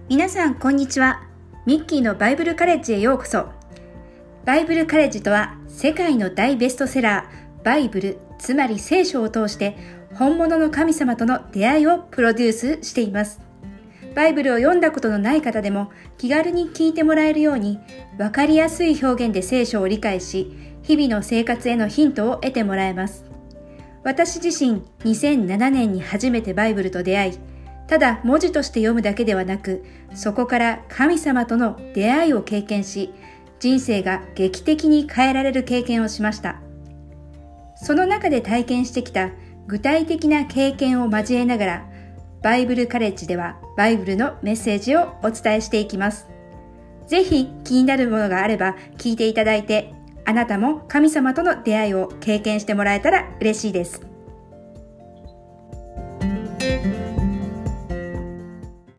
皆さんこんにちは。ミッキーのバイブルカレッジへようこそ。バイブルカレッジとは、世界の大ベストセラーバイブル、つまり聖書を通して本物の神様との出会いをプロデュースしています。バイブルを読んだことのない方でも気軽に聞いてもらえるように、わかりやすい表現で聖書を理解し、日々の生活へのヒントを得てもらえます。私自身2007年に初めてバイブルと出会い、ただ文字として読むだけではなく、そこから神様との出会いを経験し、人生が劇的に変えられる経験をしました。その中で体験してきた具体的な経験を交えながら、バイブルカレッジではバイブルのメッセージをお伝えしていきます。ぜひ気になるものがあれば聞いていただいて、あなたも神様との出会いを経験してもらえたら嬉しいです。